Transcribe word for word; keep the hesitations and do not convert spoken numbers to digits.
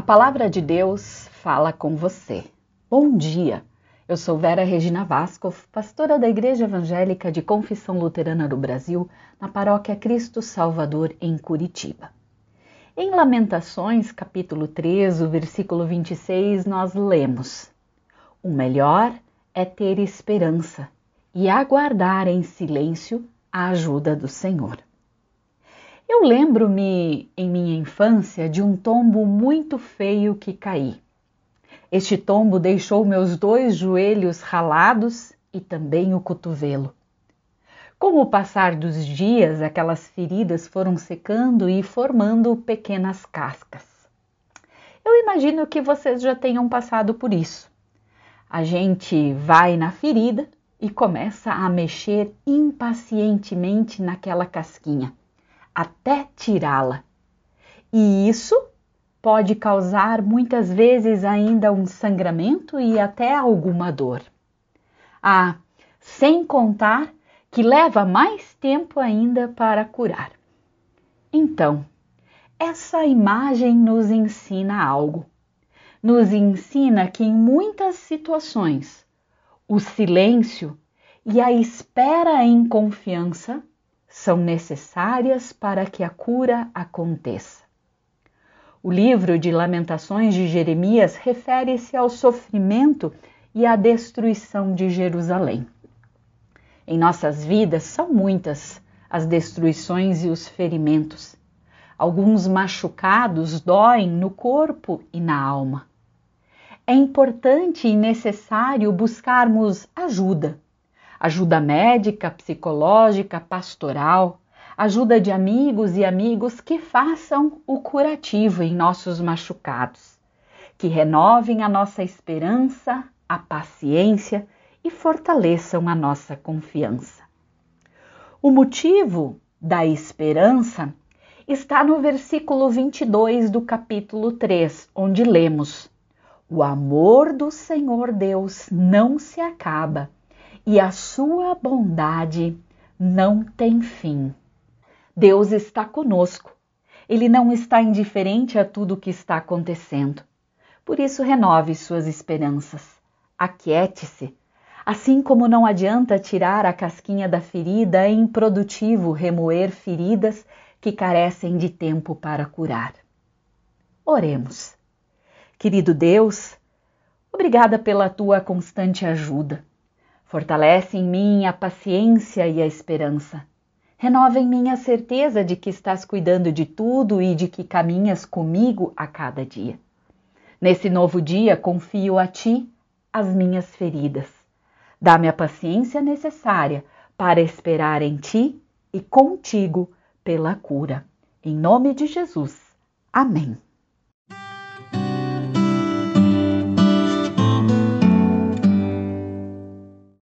Palavra de Deus fala com você. Bom dia! Eu sou Vera Regina Vascoff, pastora da Igreja Evangélica de Confissão Luterana do Brasil, na Paróquia Cristo Salvador, em Curitiba. Em Lamentações, capítulo três, o versículo vinte e seis, nós lemos: O melhor é ter esperança e aguardar em silêncio a ajuda do Senhor. Eu lembro-me, em minha infância, de um tombo muito feio que caí. Este tombo deixou meus dois joelhos ralados e também o cotovelo. Com o passar dos dias, aquelas feridas foram secando e formando pequenas cascas. Eu imagino que vocês já tenham passado por isso. A gente vai na ferida e começa a mexer impacientemente naquela casquinha, até tirá-la. E isso pode causar muitas vezes ainda um sangramento e até alguma dor. Ah, sem contar que leva mais tempo ainda para curar. Então, essa imagem nos ensina algo. Nos ensina que em muitas situações o silêncio e a espera em confiança são necessárias para que a cura aconteça. O livro de Lamentações de Jeremias refere-se ao sofrimento e à destruição de Jerusalém. Em nossas vidas são muitas as destruições e os ferimentos. Alguns machucados doem no corpo e na alma. É importante e necessário buscarmos ajuda. Ajuda médica, psicológica, pastoral, ajuda de amigos e amigos que façam o curativo em nossos machucados, que renovem a nossa esperança, a paciência e fortaleçam a nossa confiança. O motivo da esperança está no versículo vinte e dois do capítulo três, onde lemos: O amor do Senhor Deus não se acaba e a sua bondade não tem fim. Deus está conosco. Ele não está indiferente a tudo o que está acontecendo. Por isso, renove suas esperanças. Aquiete-se. Assim como não adianta tirar a casquinha da ferida, é improdutivo remoer feridas que carecem de tempo para curar. Oremos. Querido Deus, obrigada pela tua constante ajuda. Fortalece em mim a paciência e a esperança. Renova em mim a certeza de que estás cuidando de tudo e de que caminhas comigo a cada dia. Nesse novo dia, confio a ti as minhas feridas. Dá-me a paciência necessária para esperar em ti e contigo pela cura. Em nome de Jesus. Amém.